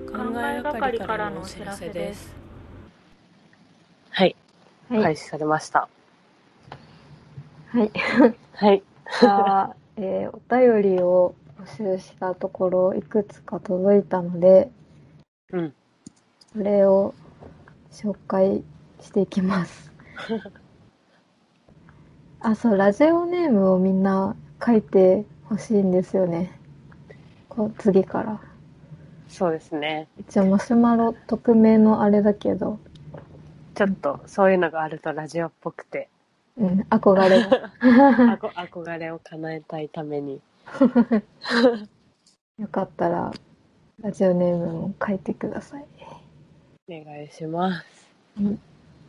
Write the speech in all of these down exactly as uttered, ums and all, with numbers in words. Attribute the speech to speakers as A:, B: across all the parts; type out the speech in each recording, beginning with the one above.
A: 考えがかりからのお知らせです。
B: はい、
C: はい、
B: 開始されました。
C: はい。
B: はい。
C: あーえーお便りを募集したところいくつか届いたので、
B: うん。
C: それを紹介していきます。あ、そう、ラジオネームをみんな書いてほしいんですよね。こう次から。
B: そうですね。
C: 一応マシュマロ匿名のあれだけど、
B: ちょっとそういうのがあるとラジオっぽくて、
C: うん、憧れが。
B: あこ憧れを叶えたいために。
C: よかったらラジオネームも書いてください。
B: お願いします。
C: うん、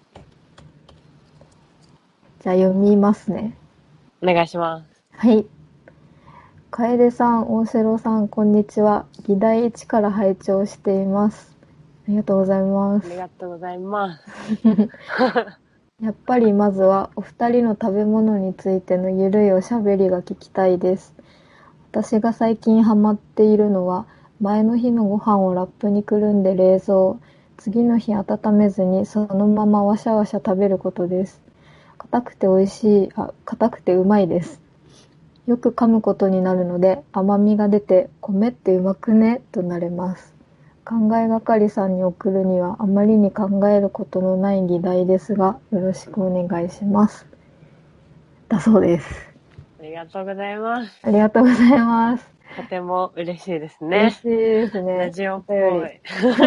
C: じゃあ読みますね。
B: お願いします。
C: はい。楓さん、大城さん、こんにちは。議題いちから拝聴しています。ありがとうございま
B: あ
C: す。
B: りがとうございます。
C: やっぱりまずはお二人の食べ物についてのゆるいおしゃべりが聞きたいです。私が最近ハマっているのは、前の日のご飯をラップにくるんで冷蔵、次の日温めずにそのままわしゃわしゃ食べることです。硬くて美味しい、あ、硬くてうまいです。よく噛むことになるので甘みが出て、米ってうまくねとなれます。考えがかりさんに送るにはあまりに考えることのない議題ですが、よろしくお願いします。だそうです。
B: ありがとうございます。
C: ありがとうございます。
B: とても嬉しいですね。
C: 嬉しいですね。
B: ラジオっぽ
C: お便り。
B: い。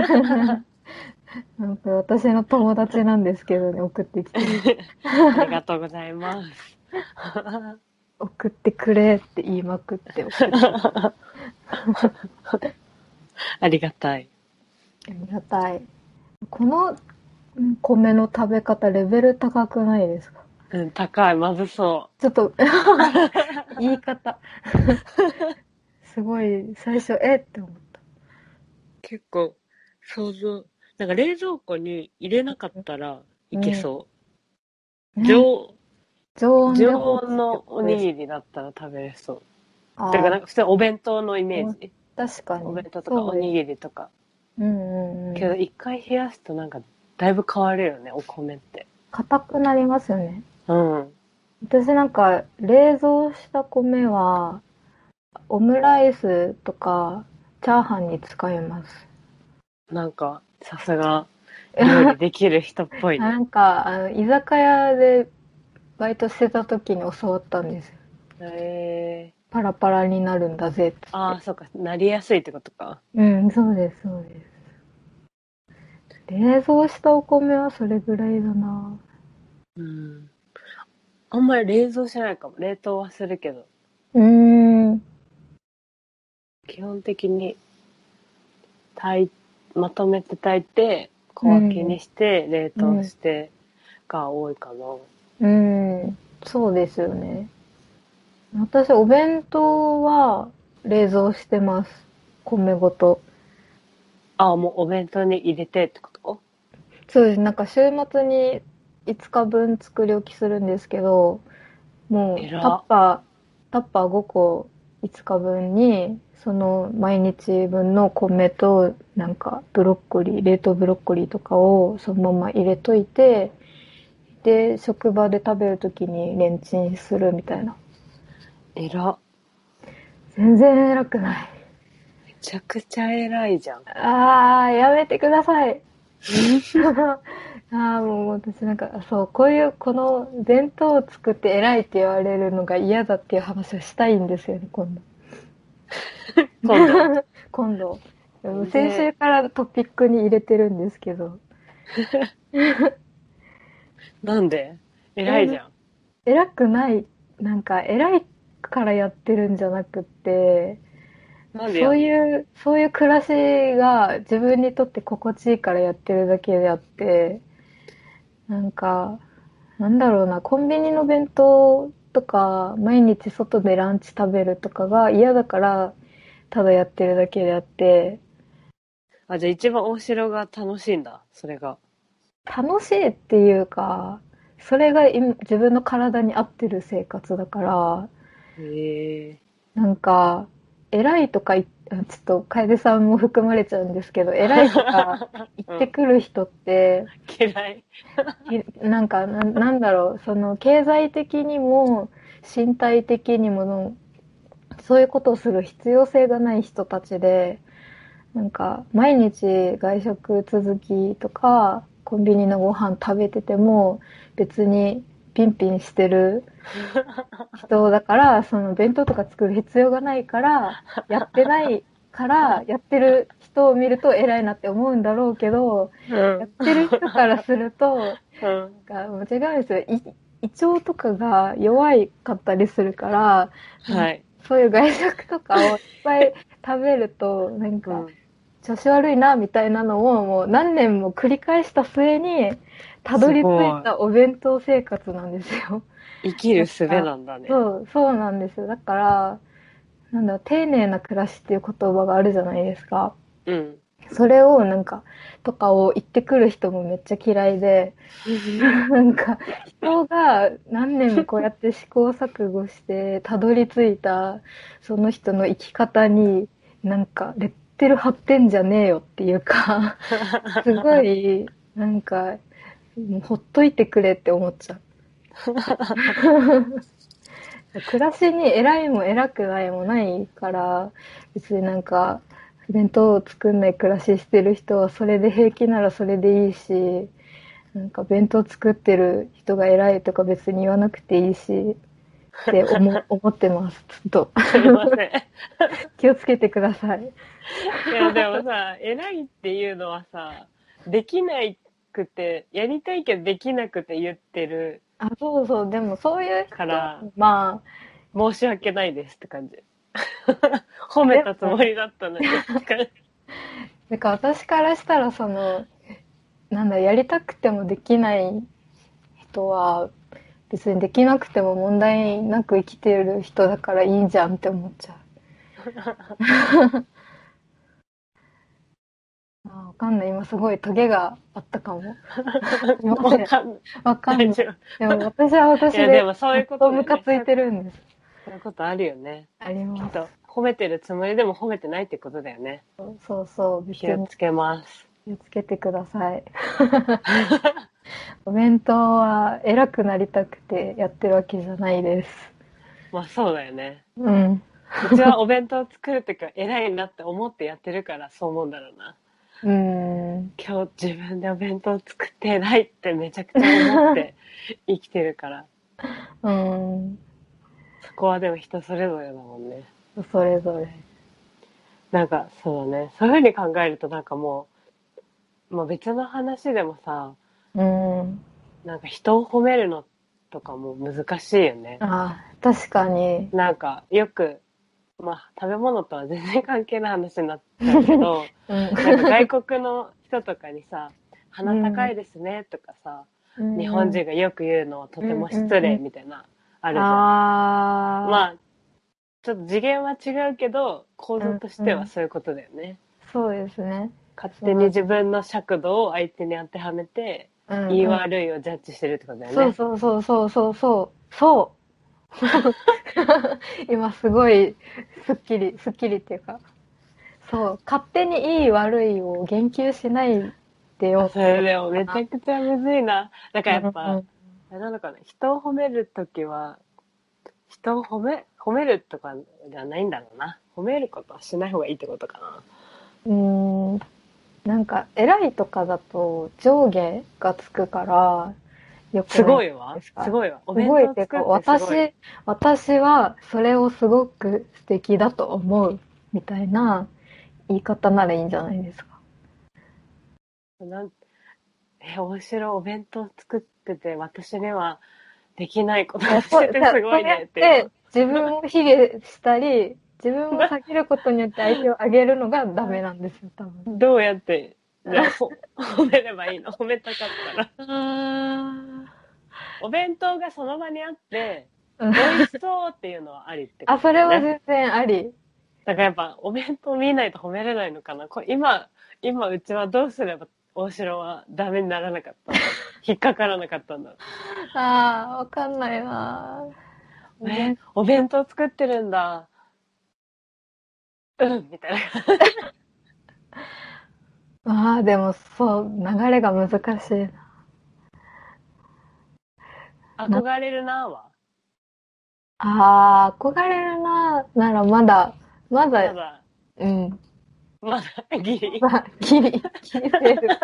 C: なんか私の友達なんですけどね、送ってきて。
B: ありがとうございます。
C: 送ってくれって言いまくって送って
B: ありがたい。
C: ありがたい。この米の食べ方レベル高くないですか？
B: うん、高い、まずそ
C: ちょっと言い方すごい最初えって思った。
B: う。結構、想像、なんか冷蔵庫に入れなかったらいけそう。
C: ね、
B: 常、
C: 常温で
B: 常
C: 放置って
B: 温の
C: ことです。
B: おにぎりだったら食べれそう。
C: あ
B: ていうか、なんか普通にお弁当のイメージ。
C: 確かに。
B: お弁当とか
C: そうです。
B: おにぎりとか。
C: うんうんうん。
B: けど一回冷やすとなんかだいぶ変わるよね、お米って。
C: 硬くなりますよね。
B: うん。
C: 私なんか冷蔵した米はオムライスとかチャーハンに使えます。
B: なんか、さすが、料理できる人っぽい
C: な
B: ね。
C: んかあの居酒屋でバイトしてた時に教わったんですよ。
B: へえ
C: パラパラになるんだぜっつ
B: ー。ああ、
C: って。
B: そうか。なりやすいってことか。
C: うん、そうです、そうです。冷蔵したお米はそれぐらいだな。
B: うん。あんまり冷蔵しないかも。冷凍はするけど。
C: うーん。
B: 基本的に、炊い、まとめて炊いて、小
C: う
B: 分け
C: ん。
B: にして、冷
C: うん。
B: 凍してが多いかな。
C: うん。そうですよね。私、お弁当は冷蔵してます。米ごと。
B: ああ、もうお弁当に入れてってこと？
C: そうです。なんか週末にいつかぶん作り置きするんですけど、もうタッ
B: えら。
C: パー、タッパーごこいつかぶんに、その毎日分の米と、なんかブロッコリー、冷凍ブロッコリーとかをそのまま入れといて、で、職場で食べるときにレンチンするみたいな。
B: えら。
C: 全然偉くない。
B: めちゃくちゃ偉いじゃん。
C: あー、やめてください。ああ、もう私なんか、そう、こういう、この弁当を作って偉いって言われるのが嫌だっていう話をしたいんですよね、今度。
B: 今度。
C: 今度。
B: 全
C: 先週
B: 然、
C: からトピックに入れてるんですけど。
B: なんで偉
C: えな
B: いじゃん。
C: 偉くない、なんか偉いからやってるんじゃなくって、そう
B: なんでやんの？
C: いう、そういう暮らしが自分にとって心地いいからやってるだけであって、なんか、なんだろうな、コンビニの弁当とか、毎日外でランチ食べるとかが嫌だから、ただやってるだけであって、
B: あ、じゃあ一番大城が楽しいんだ、それが。
C: 楽しいっていうか、それが今自分の体に合ってる生活だから、
B: へえ。
C: なんか、偉いとかい、 ちょっと楓さんも含まれちゃうんですけど、偉いとか言ってくる人って、
B: うん、嫌い。
C: なんかな、なんだろう、その経済的にも身体的にもそういうことをする必要性がない人たちで、なんか毎日外食続きとかコンビニのご飯食べてても別にピンピンしてる人だから、その弁当とか作る必要がないからやってないからやってる人を見ると偉いなって思うんだろうけど、
B: うん、
C: やってる人からすると、
B: うん、
C: なんかもう違うんですよ。い胃腸とかが弱いかったりするから、
B: はい。
C: そういう外食とかをいっぱい食べるとなんか、
B: うん
C: 調子悪いなみたいなのをもう何年も繰り返した末にたどり着いたお弁当生活なんですよ。
B: 生きる術なんだね。
C: そう、そうなんですよ。だから、なんだろう、丁寧な暮らしっていう言葉があるじゃないですか。
B: うん。
C: それをなんか、とかを言ってくる人もめっちゃ嫌いで、なんか、人が何年もこうやって試行錯誤してたどり着いた、その人の生き方に、なんか、レッテル貼ってんじゃねえよっていうか、すごい、なんか、もうほっといてくれって思っちゃう。暮らしに偉いも偉くないもないから、別になんか、弁当を作んない暮らししてる人はそれで平気ならそれでいいし、なんか弁当作ってる人が偉いとか別に言わなくていいし、って思思ってます、ずっと。
B: すいません。
C: 気をつけてください。
B: いや、でもさ、偉いっていうのはさ、できないくて、やりたいけどできなくて言ってる
C: あ、そうそう、でもそういう人、
B: から、
C: ま
B: 申し訳ないですって感じ。褒めたつもりだったのに。
C: あ、なんか私からしたらその、なんだ、やりたくてもできない人は、別にできなくても問題なく生きてる人だからいいんじゃんって思っちゃう。あ、わかんない。今すごいトゲがあったかも。すいません。
B: わかんない。
C: わかんない。
B: 大丈
C: でも私は私
B: いや、
C: で、
B: でもそういうことだよね
C: ムカついてるんです。
B: そういうことあるよね。
C: あります。
B: きっと、褒めてるつもりでも褒めてないってことだよね。
C: そうそう、別に
B: 気をつけます。
C: 気をつけてください。お弁当は偉くなりたくてやってるわけじゃないです。
B: まあそうだよね。
C: うん。
B: うちはお弁当作るときは偉いなって思ってやってるからそう思うんだろうな。
C: うーん。
B: 今日自分でお弁当作って偉いってめちゃくちゃ思って生きてるから。
C: うん。
B: そこはでも人それぞれだもんね。
C: それぞれ。
B: なんかそうだね。そういうふうに考えるとなんかもう、まあ、別の話でもさ、
C: うん。
B: なんか人を褒めるのとかも難しいよね。
C: あ、確かに。
B: なんかよく、まあ食べ物とは全然関係ない話になっちゃうけど、
C: うん。
B: なんか外国の人とかにさ、鼻高いですねとかさ、
C: うん、
B: 日本人がよく言うのはとても失礼みたいな、あるじゃん。
C: あー。
B: まあ、ちょっと次元は違うけど、構造としてはそういうことだよね。
C: そうですね。
B: 勝手に自分の尺度を相手に当てはめて、
C: うんうん、
B: 言い悪いをジャッジしてるってことだよね。
C: そうそうそうそうそうそう。そう今すごいすっきり、すっきりっていうか、そう、勝手にいい悪いを言及しないでよ。
B: それでもめちゃくちゃむずいな。だからやっぱ、
C: うんうん、
B: あれなのかな、人を褒めるときは、人を褒め、褒めるとかじゃないんだろうな。褒めることはしない方がいいってことかな。
C: うーん、なんか偉いとかだと上下がつくからよくないですか？
B: すごいわ。すごいわ。お弁当作ってすごい。
C: 私、私はそれをすごく素敵だと思うみたいな言い方ならいいんじゃないですか。
B: なんえ、面白い。お弁当作ってて、私にはできないことをしててすごいねっていう。
C: 自分を卑下したり、自分を下げることによって相手を上げるのがダメなんですよ、多分。
B: どうやって、じゃあ、ほ褒めればいいの？褒めたかったら。お弁当がその場にあって、美味しそうっていうのはありってこと、ね、
C: あ、それは全然あり。
B: だからやっぱお弁当見ないと褒めれないのかな。これ今、今うちはどうすれば大城はダメにならなかったんだ。引っかからなかったんだ。
C: ああ、わかんないな。
B: え、お弁当作ってるんだ。 うんみたいな。
C: ああ、でもそう、流れが難しいな。な、
B: 憧れるなぁは。
C: ああ、憧れるな、ならまだ、まだ、
B: まだ、
C: うん、
B: まだギリ。
C: まだ、ギリ、ギリセーフ。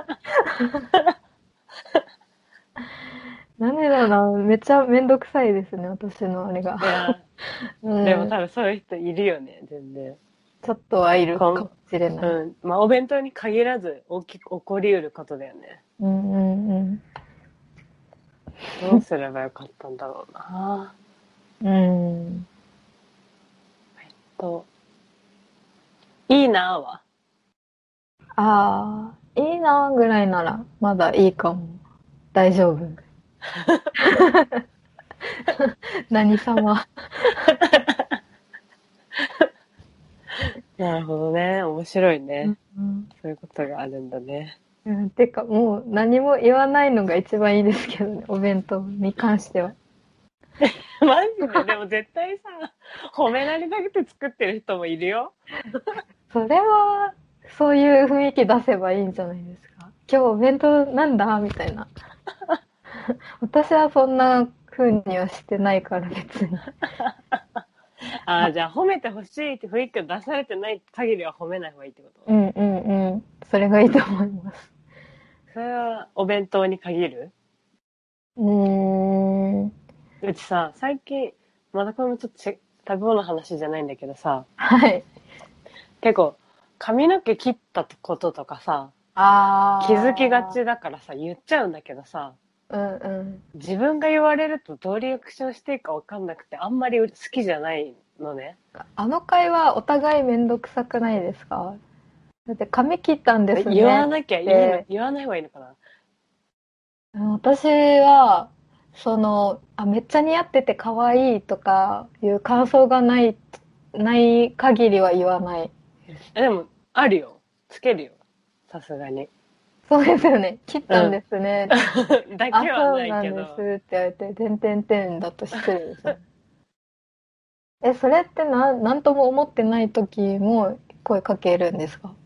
C: なんでだろうな、めっちゃめんどくさいですね、私のあれが。
B: いや、でも
C: うん、
B: 多分そういう人いるよね、全然。
C: ちょっとはいる
B: こん、
C: かもしれない。
B: うん。まあ、お弁当に限らず、大きく起こりうることだよね。
C: うんうんうん。
B: どうすればよかったんだろうな。
C: うん。
B: と、いいなぁは。
C: ああ、いいなぐらいなら、まだいいかも。大丈夫。何様。
B: なるほどね。面白い
C: うん
B: ね。
C: うん。
B: そういうことがあるんだね。
C: うん、てか、もう何も言わないのが一番いいですけどね、お弁当に関しては。
B: マジで、でも絶対さ、褒められたくて作ってる人もいるよ。
C: それは、そういう雰囲気出せばいいんじゃないですか。今日お弁当なんだみたいな。私はそんな風にはしてないから別に。
B: ああ、じゃあ褒めてほしいって雰囲気を出されてない限りは褒めない方がいいってこと？
C: うんうんうん。それがいいと思います。
B: それはお弁当に限る？
C: うーん。
B: うちさ、最近、まだこれもちょっと食べ物の話じゃないんだけどさ、
C: はい。
B: 結構髪の毛切ったこととかさ、気づきが
C: あ
B: ちだからさ、言っちゃうんだけどさ、
C: ー。うんうん。
B: 自分が言われるとどうリアクションしていいかわかんなくて、あんまり好きじゃないのね。
C: あの会話お互いめんどくさくないですか？だって髪切ったんです
B: 言わ
C: ねっ
B: なきゃいいの、
C: て、
B: 言わない方がいいのかな。
C: 私は、その、あ、めっちゃ似合ってて可愛いとかいう感想がない、ない限りは言わない。
B: でも、あるよ。つけるよ。さすがに。
C: そうですよね。切ったん
B: うん。
C: ですね。あ、
B: だけは
C: そう
B: ない
C: なんです
B: けど。
C: って言われて、てんてんてんだと失礼ですよね。え、それってな、なんとも思ってない時も声かけるんですか？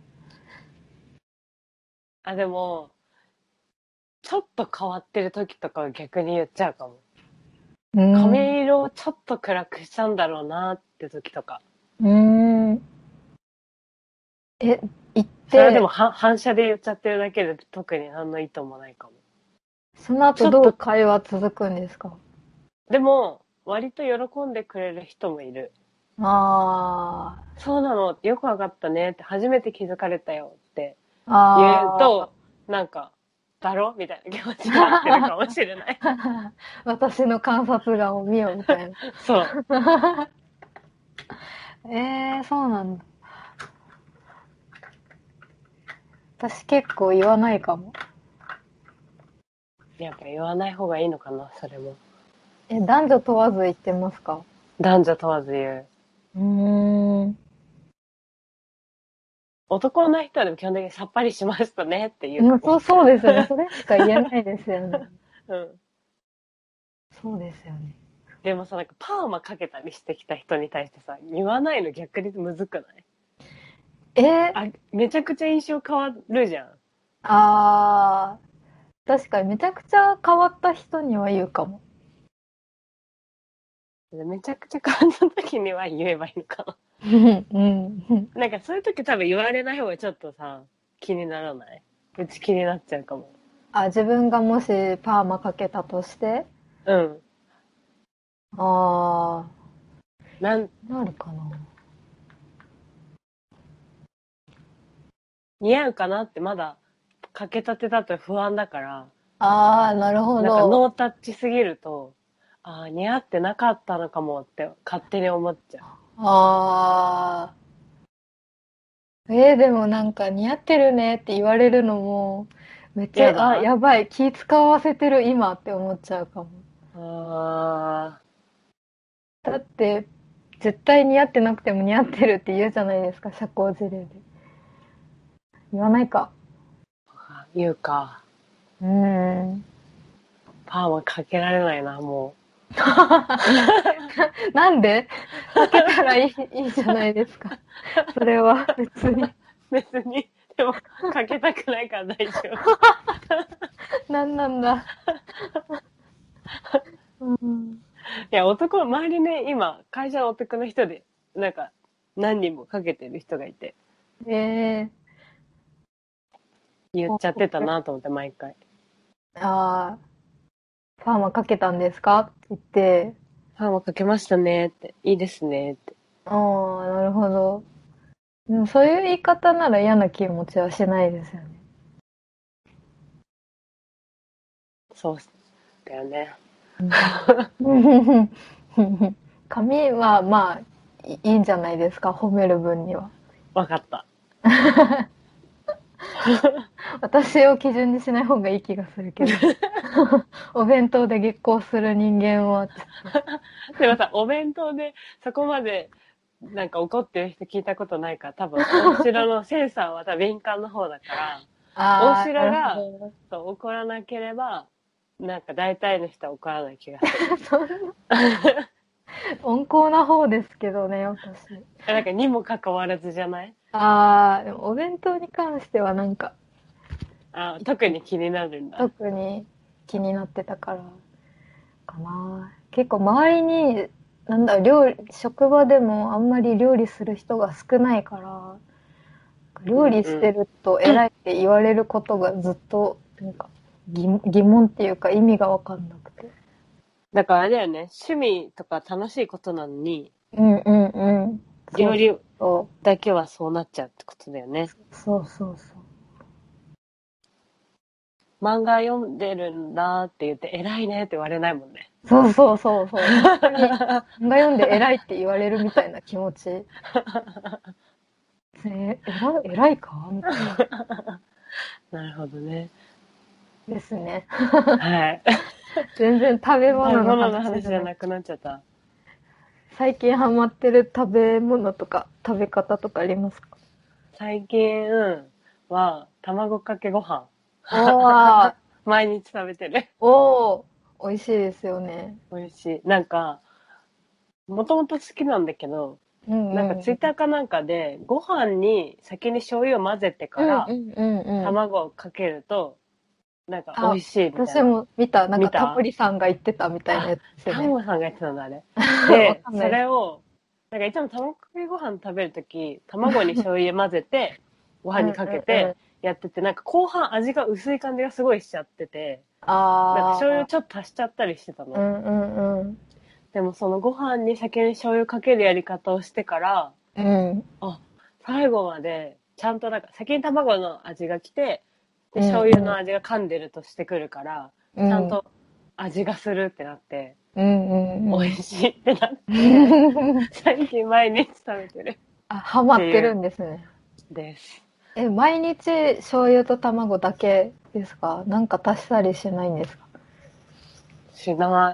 B: あ、でも、ちょっと変わってる時とかは逆に言っちゃうかも。
C: うーん。
B: 髪色をちょっと暗くしたんだろうなって時とか。
C: うーん。え、言っ
B: それはでも
C: て、
B: は反射で言っちゃってるだけで特に何の意図もないかも。
C: その後どう
B: ちょっと、
C: 会話続くんですか？
B: でも、割と喜んでくれる人もいる。
C: あ
B: そうなの、よくわかったねって、初めて気づかれたよって
C: あ、
B: 言う
C: ああ、
B: と、なんか、だろみたいな気持ちになってるかもしれない。
C: 私の観察眼を見よみたい
B: そう。
C: な。えー、そうなんだ。私結構言わないかも。
B: やっぱ言わない方がいいのかな、それも。
C: え、男女問わず言ってますか？
B: 男女問わず言う。
C: うーん。
B: 男の人はでも基本的にさっぱりしましたねって言う
C: うん、
B: かも。
C: そう、そうですよね。それしか言えないですよね。
B: うん。
C: そうですよね。
B: でもさ、なんかパーマかけたりしてきた人に対してさ、言わないの逆にむずくない？
C: えー、
B: あ、めちゃくちゃ印象変わるじゃん。
C: あー、確かにめちゃくちゃ変わった人には言うかも。
B: めちゃくちゃ変わった時には言えばいいのかな。
C: うん、うん。
B: なんかそういう時多分言われない方がちょっとさ、気にならない？うち気になっちゃうかも。
C: あ、自分がもしパーマかけたとして、
B: うん。
C: あ
B: なん、
C: ー、なるかな。
B: 似合うかなってまだかけたてだと不安だから、
C: あー、なるほ
B: なんかノー
C: ど。
B: タッチすぎると、ああ、似合ってなかったのかもって勝手に思っちゃう。
C: あー。えー、でもなんか似合ってるねって言われるのも、めっちゃ、あ、
B: やだ。
C: やばい、気使わせてる今って思っちゃうかも。
B: あ
C: だって、絶対似合ってなくても似合ってるって言うじゃないですか、社交辞令で。言わないか。
B: あ、言うか。
C: うーん。
B: パーマかけられないな、も
C: なんでかけたらいい、いいじゃないですか。それは別に。
B: 別に。でも、かけたくないから大丈
C: 夫。なんなんだ。うん、
B: いや、男、周りね、今、会社の男の人で、なんか、何人もかけてる人がいて。
C: ええ
B: ー。言っちゃってたなと思って、毎回。
C: ああ、パーマかけたんですかって言って。
B: パーマかけましたねって。いいですねって。
C: ああ、なるほど。でもそういう言い方なら嫌な気持ちはしないですよね。
B: そうだよね。
C: 髪はまあいいんじゃないですか、褒める分には。
B: わかった。
C: 私を基準にしない方がいい気がするけど。お弁当で月光する人間はちょっ
B: と。でもさ、お弁当でそこまでなんか怒ってる人聞いたことないから、多分大城のセンサーは多分敏感な方だから、大城がそう怒らなければ、なんか大体の人は怒らない気がする。そんな
C: 温厚な方ですけどね、私。
B: なんかにもかかわらずじゃない？
C: ああ、でもお弁当に関してはなんか、
B: あ、特に気になるんだ。
C: 特に気になってたからかな。結構周りに、なんだ、料理、職場でもあんまり料理する人が少ないから、料理してると偉いって言われることがずっと、なんか疑、疑問っていうか意味がわかんなくて。
B: だからあれだよね、趣味とか楽しいことなのに、
C: うんうんうん。
B: 料理だけはそうなっちゃうってことだよね。
C: そうそうそう。
B: 漫画読んでるんだって言って偉いねって言われないもんね。
C: そうそうそうそう。漫画読んで偉いって言われるみたいな気持ち。え、偉い、偉いかみたいな。
B: なるほどね。
C: ですね。
B: はい。
C: 全然食べ物の話
B: 話じゃなくなっちゃった。
C: 最近ハマってる食べ物とか食べ方とかありますか？
B: 最近は卵かけご飯。
C: お
B: 毎日食べてる。
C: おー、美味しいですよね。
B: 美味しい。なんか、もともと好きなんだけど、うんうん、なんかツイッターかなんかで、ご飯に先に醤油を混ぜてから、卵をかけると、なんか美味しいみたいな。
C: 私も見た。なんかタモリさんが言ってたみたいなやつ
B: ね。タモリさんが言ってたんだ、あれ。で、それを、なんかいつも卵かけご飯食べるとき、卵に醤油混ぜて、ご飯にかけてやってて、なんか後半味が薄い感じがすごいしちゃってて、あなんか醤油ちょっと足しちゃったりしてたの。うんうんうん、でもそのご飯に先に醤油かけるやり方をしてから、うん、あ、最後までちゃんとなんか先に卵の味が来て、で醤油の味が噛んでるとしてくるから、うん、ちゃんと味がするってなって、うんうんうん、美味しいってなって、最近毎日食べてる。
C: あ、ハマってるんですね。
B: です。
C: え、毎日醤油と卵だけですか？なんか足したりしないんですか？
B: しない。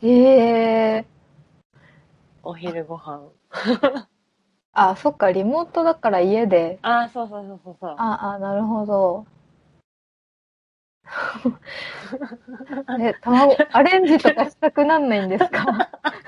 C: ええー。
B: お昼ご飯。
C: あ、そっか、リモートだから家で。
B: あ、そうそうそうそう。
C: ああ、なるほど。え、卵、アレンジとかしたくなんないんですか？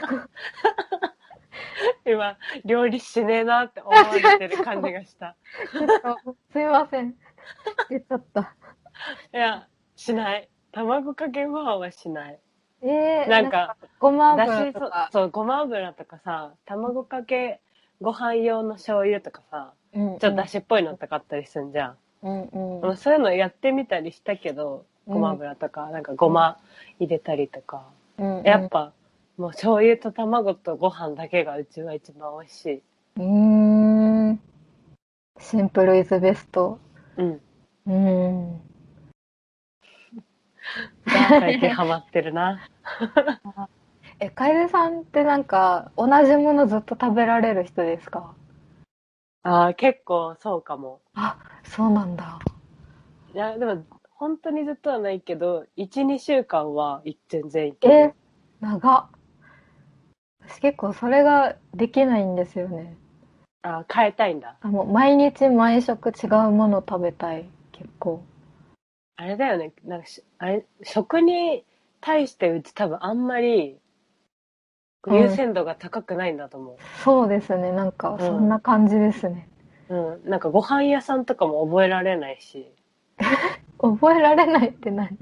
B: 今、料理しねえなって思われてる感じがした。
C: ちょっと、すいません。言っちゃった。
B: いや、しない。卵かけご飯はしない。
C: ええー、
B: なんか、
C: ごま油とか。
B: そう、ごま油とかさ、卵かけご飯用の醤油とかさ、うんうん、ちょっとだしっぽいのとかあったりすんじゃん。うんうん、そういうのやってみたりしたけど、ごま油とか、うん、なんかごま入れたりとか、うんうん、やっぱ、もう醤油と卵とご飯だけがうちは一番美味しい。うー
C: ん。シンプルイズベスト。
B: うん。うん。最近ハマってるな。
C: え、楓さんってなんか、同じものずっと食べられる人ですか？
B: ああ、結構そうかも。
C: あ、そうなんだ。
B: いや、でも、本当にずっとはないけど、いち、にしゅうかんは全然いける。
C: え、長っ。私結構それができないんですよね。
B: あ、変えたいんだ。
C: あ、もう毎日毎食違うもの食べたい、結構。
B: あれだよね、なんかあれ、食に対してうち多分あんまり優先度が高くないんだと思う。
C: そうですね。なんか、そんな感じですね。
B: うん。うん、なんかご飯屋さんとかも覚えられないし。
C: 覚えられないって何？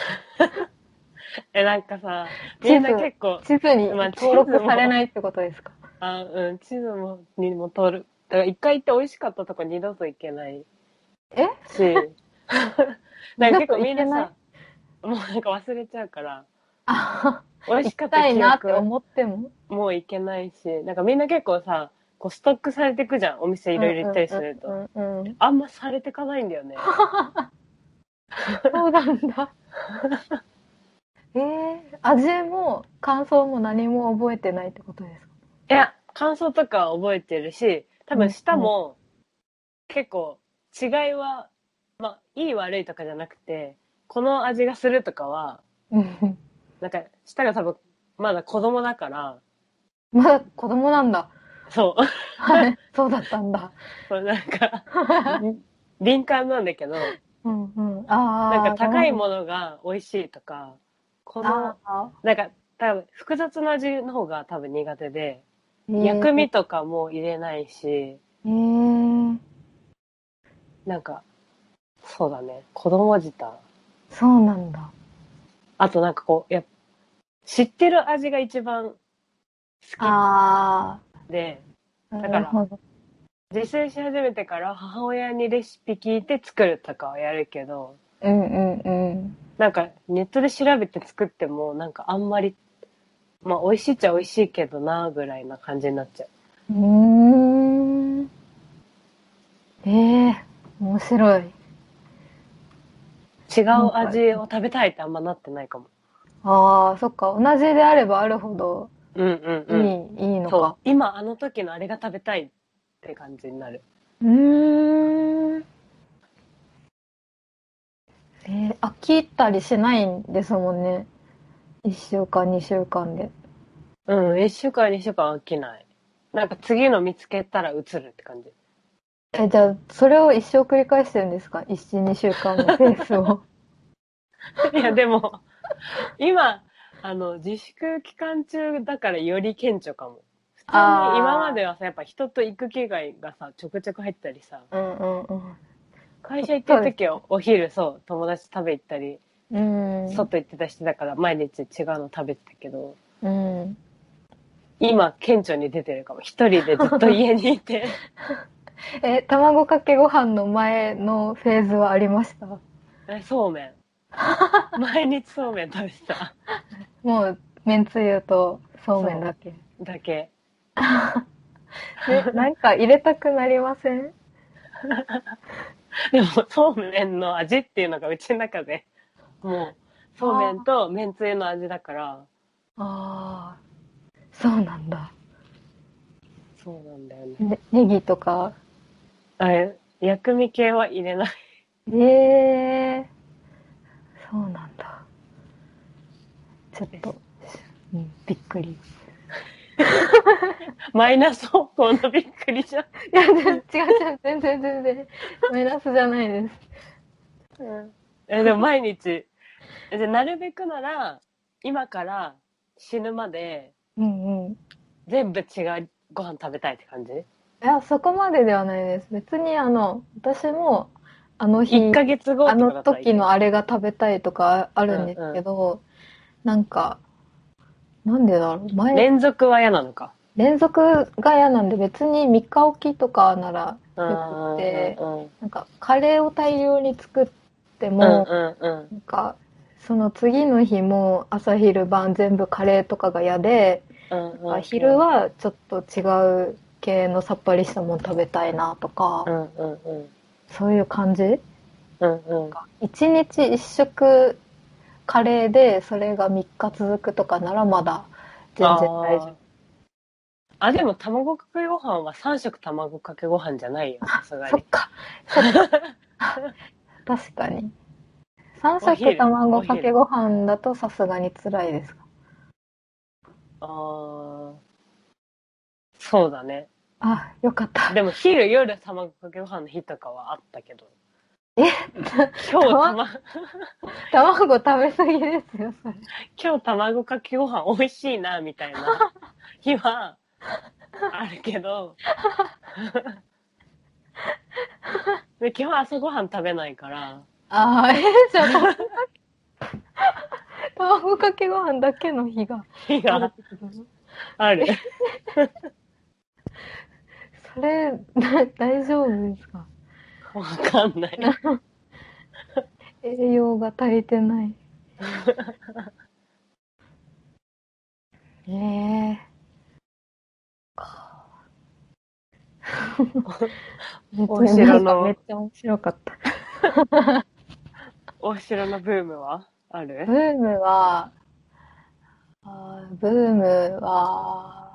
B: え、なんかさ、みんな結構。
C: 地図に登録されないってことですか？
B: あ、うん、地図も、にも登る。だから一回行って美味しかったとこ二度と行けない。
C: え
B: し。なんか結構みんなさ、もうなんか忘れちゃうから。
C: あ
B: 美味しかった記憶
C: 行きたいなって思っても
B: もう行けないし、なんかみんな結構さ、こうストックされてくじゃん。お店いろいろ行ったりすると。あんまされてかないんだよね。
C: そうなんだ。えー、味も感想も何も覚えてないってことですか？
B: いや、感想とかは覚えてるし、多分舌も結構違いは、まあ、いい悪いとかじゃなくて、この味がするとかは、なんか舌が多分まだ子供だから。
C: まだ子供なんだ。
B: そう。
C: はい、そうだったんだ。
B: そう、なんか、敏感なんだけど、
C: うんうん、あ
B: なんか高いものが美味しいとか、この、なんか多分複雑な味の方が多分苦手で、薬味とかも入れないし、
C: えー、
B: なんか、そうだね、子供舌。
C: そうなんだ。
B: あとなんかこう、や知ってる味が一番好きで、だから、自炊し始めてから母親にレシピ聞いて作るとかはやるけど、
C: うんうんうん。
B: なんかネットで調べて作ってもなんかあんまり、まあ美味しいっちゃ美味しいけどなぐらいな感じになっちゃう。
C: うーん。ええー、面白い。
B: 違う味を食べたいってあんまなってないかも。
C: ああ、そっか。同じであればあるほど、
B: うんうんうん。
C: いい、いいのか。
B: そう。今あの時のあれが食べたいって感じになる。
C: うーん。えー、飽きたりしないんですもんね。一週間、二週間で。
B: うん、一週間、二週間飽きない。なんか次の見つけたら移るって感じ。
C: え、じゃあ、それを一生繰り返してるんですか？一、二週間のペースを。
B: いや、でも、今、あの、自粛期間中だからより顕著かも。普通に今まではさ、やっぱ人と行く機会がさ、ちょくちょく入ったりさ、
C: うんうんうん。
B: 会社行ってる時はお昼、そう、友達と食べ行ったり、
C: うん、
B: 外行ってた人だから毎日違うの食べてたけど、
C: うん、
B: 今、顕著に出てるかも。一人でずっと家にいて。
C: え、卵かけご飯の前のフェーズはありました？
B: え、そうめん。毎日そうめん食べてた。
C: もう、めんつゆとそうめんだけ。
B: だけ。
C: で、なんか入れたくなりません？
B: でも、そうめんの味っていうのがうちの中で、もう、そうめんとめんつゆの味だから。あ
C: あ、そうなんだ。
B: そうなんだよね。
C: ね、ネギとか。
B: あれ、薬味系は入れない。
C: ええー、そうなんだ。ちょっと、うん、びっくり。
B: マイナス方向のびっくりじゃん。い
C: や、違う違う、全然全然、マイナスじゃないです。
B: うん、え、でも毎日、じゃなるべくなら、今から死ぬまで、
C: うんうん。
B: 全部違うご飯食べたいって感じ？い
C: や、そこまでではないです。別にあの、私も、あの日、
B: いっかげつご
C: あの時のあれが食べたいとかあるんですけど、うんうん、なんか、なんでだろう、前。
B: 連続は嫌なのか。
C: 連続が嫌なんで、別にみっかおきとかならよくて、うんうんうん、なんか、カレーを大量に作っても、うんうんうん、なんか、その次の日も朝昼晩全部カレーとかが嫌で、うんうんうん、昼はちょっと違う系のさっぱりしたもの食べたいなとか、うんうんうん、そういう感じ、うんうん、一日一食カレーでそれがみっか続くとかならまだ全然大丈夫。
B: あ、でも卵かけご飯はさん食卵かけご飯じゃないよ、さすがに。
C: そっか。確かに。さん食卵かけご飯だとさすがに辛いですか？
B: ああ、そうだね。
C: あ、よかった。
B: でも昼夜卵かけご飯の日とかはあったけど。
C: え
B: 今日卵
C: 卵食べ過ぎですよ、それ。
B: 今日卵かけご飯美味しいな、みたいな日はあるけどで基本朝ごはん食べないから。
C: ああ、えー、じゃあ卵かけご飯だけの日が
B: 日がある。
C: それ大丈夫ですか？
B: わかんない。
C: 栄養が足りてない。ええー。
B: お城の
C: めっちゃ面白かった。
B: お城のブームはある？
C: ブームは、あーブームは、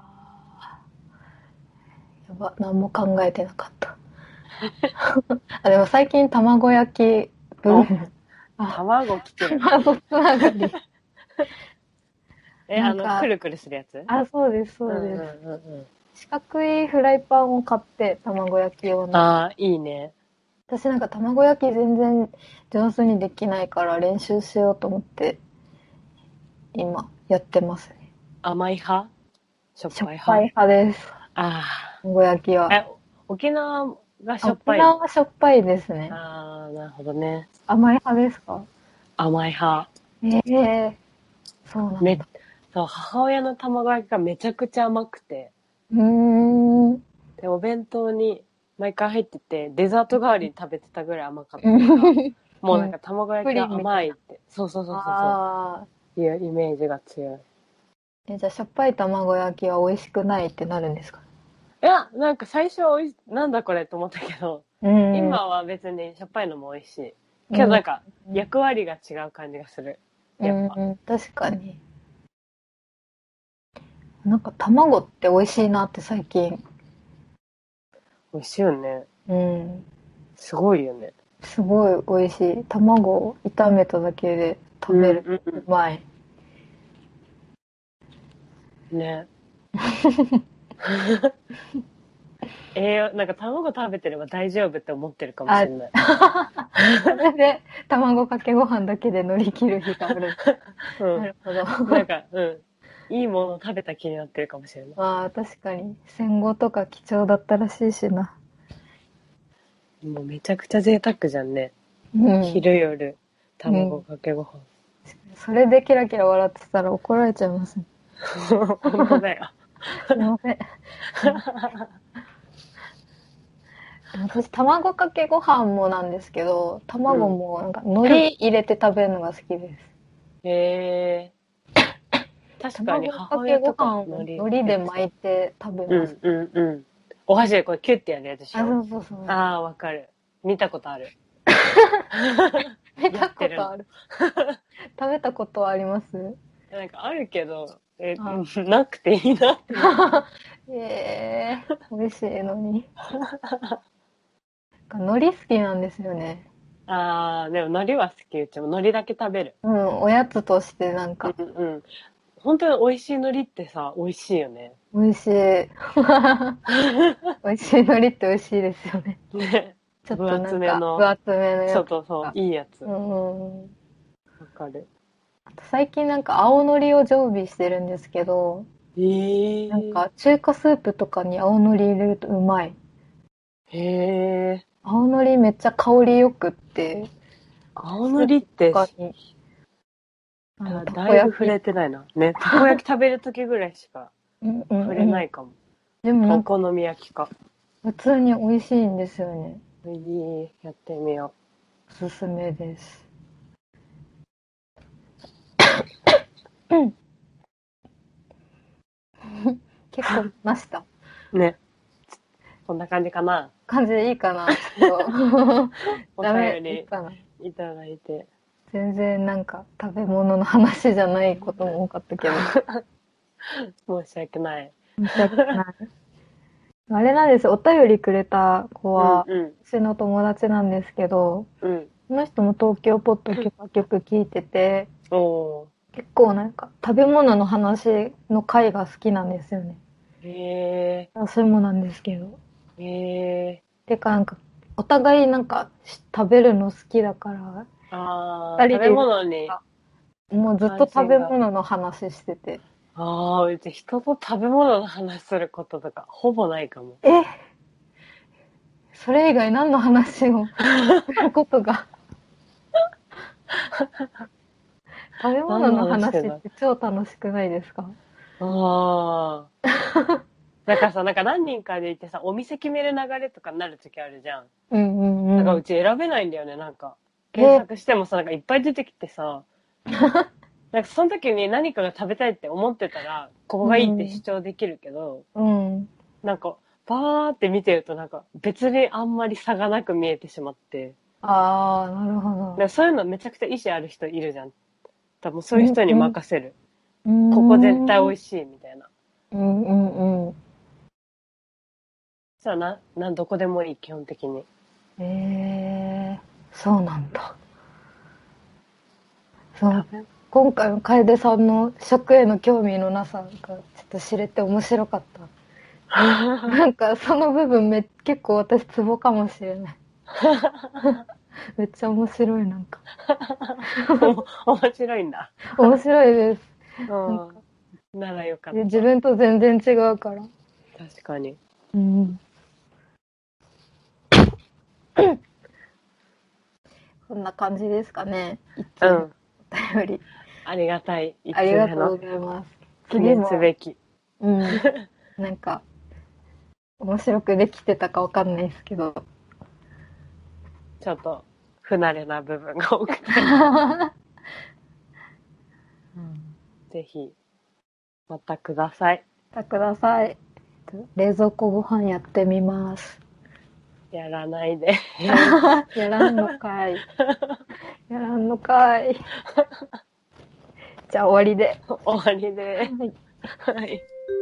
C: やば、何も考えてなかった。あ、でも最近卵焼きブーム。
B: 卵来てる。
C: 卵つながり。
B: え、あの、くるくるするやつ？
C: あ、そうです、そうです。
B: うんうんうん、
C: 四角いフライパンを買って、卵焼き用の。
B: ああ、いいね。
C: 私なんか卵焼き全然上手にできないから練習しようと思って、今やってますね。
B: 甘い派？しょっぱい派？しょっ
C: ぱい派です。
B: あ
C: あ。卵焼きは。
B: え、沖縄がしょっぱい？
C: 沖縄はしょっぱいですね。
B: ああ、なるほどね。
C: 甘い派ですか？
B: 甘い派。
C: ええー、そうなんだ。め
B: そう、母親の卵焼きがめちゃくちゃ甘くて。
C: うーん。
B: で、お弁当に毎回入ってて、デザート代わりに食べてたぐらい甘かったから、もうなんか卵焼きが甘いって、そうそうそうそうそう、いうイメージが強い。
C: え、じゃあしょっぱい卵焼きは美味しくないってなるんですか？
B: いや、なんか最初はおいなんだこれと思ったけど、今は別にしょっぱいのも美味しい。けどなんか役割が違う感じがする。やっぱ。
C: うん、確かに。なんか卵って美味しいなって最近。
B: 美味しいよね。
C: うん。
B: すごいよね。
C: すごい美味しい。卵を炒めただけで食べる。うんうんうん、うまい。
B: ね。栄養、なんか卵食べてれば大丈夫って思ってるかもしれない。
C: それで卵かけご飯だけで乗り切る日がある。うん、なるほど。
B: なんか、うん。いいもの食べた気になってるかもしれない。
C: まあ確かに。戦後とか貴重だったらしいしな。
B: もうめちゃくちゃ贅沢じゃんね。うん、昼夜、卵かけご飯、うん。
C: それでキラキラ笑ってたら怒られちゃいます。
B: 本当だよ。
C: すいません。私、卵かけご飯もなんですけど、卵もなんか海苔入れて食べるのが好きです。
B: へ、うん、えー。確かに母親とか
C: 海苔で巻いて食べます。
B: うんうんうん。お箸でこれキュッてやるやつでしょ。
C: あ、そうそうそう。
B: ああ、わかる。見たことある。
C: 見たことある。食べたことはあります？
B: なんかあるけど、え、なくていいなって。
C: えー、美味しいのに。海苔好きなんですよね。
B: ああ、でも海苔は好き。うちも海苔だけ食べる。
C: うん、おやつとしてなんか。
B: うんうん。本当に美味しい海苔ってさ、美味しいよね。
C: 美味しい。美味しい海苔って美味しいですよね。ね。ちょっとなんか分厚めの。分厚めのやつ。
B: そうそうそう、いいやつ。うん。わ
C: かる。あと最近なんか青海苔を常備してるんですけど、
B: えー、
C: なんか中華スープとかに青海苔入れるとうまい。
B: へえ。
C: 青海苔めっちゃ香りよくって。
B: 青海苔ってだいぶ触れてないな。ね、たこ焼き食べるときぐらいしか触れないかも。うんうんうん、でもなんかお好み焼きか。
C: 普通に美味しいんですよね。
B: いい、やってみよ
C: う。おすすめです。うん。結構ました。
B: ね。こんな感じかな。
C: 感じでいいかな。
B: お便りいただいて。
C: 全然なんか食べ物の話じゃないことも多かったけど。
B: 申し訳ない。
C: 申し訳ない。あれなんです、お便りくれた子は、うんうん、私の友達なんですけど、うん、その人も東京ポッド許可局聞いてて、お結構なんか食べ物の話の回が好きなんですよね。へー。それもなんですけど。へー。てかなんか、お互いなんか食べるの好きだから、
B: あ食べ物に。
C: もうずっと食べ物の話してて。
B: ああ、うち人と食べ物の話することとかほぼないかも。
C: えそれ以外何の話をすることが食べ物の話って超楽しくないですか？
B: ああ。なんかさ、なんか何人かでいてさ、お店決める流れとかになる時あるじゃん。
C: うんうんうん。
B: なんかうち選べないんだよね、なんか。検索してもさ、なんかいっぱい出てきてさ、なんかその時に何かが食べたいって思ってたら、ここがいいって主張できるけど、
C: うん、
B: なんか、バーって見てるとなんか別にあんまり差がなく見えてしまって。
C: ああ、なるほど。
B: そういうのめちゃくちゃ意志ある人いるじゃん。多分そういう人に任せる。
C: うん、
B: ここ絶対美味しいみたいな。
C: うんうんうん。
B: じゃあな、な、どこでもいい、基本的に。
C: ええー、そうなんだ。そう。今回の楓さんの食への興味のなさがちょっと知れて面白かった。なんかその部分め結構私ツボかもしれない。めっちゃ面白いなんか。
B: 面白いんだ。
C: 面白いです。
B: うん。ならよかった。
C: 自分と全然違うから。
B: 確かに。
C: うん。こんな感じですかね。一通のお便り、うん。
B: ありがたい。
C: ありがとうございます。
B: 記念すべき。
C: うん。なんか、面白くできてたかわかんないですけど。
B: ちょっと、不慣れな部分が多くて。うん、ぜひ、またください。
C: またください。冷蔵庫ご飯やってみます。
B: やらないで。
C: やらんのかい。やらんのかい。じゃあ終わりで。
B: 終わりで。
C: はい。
B: はい。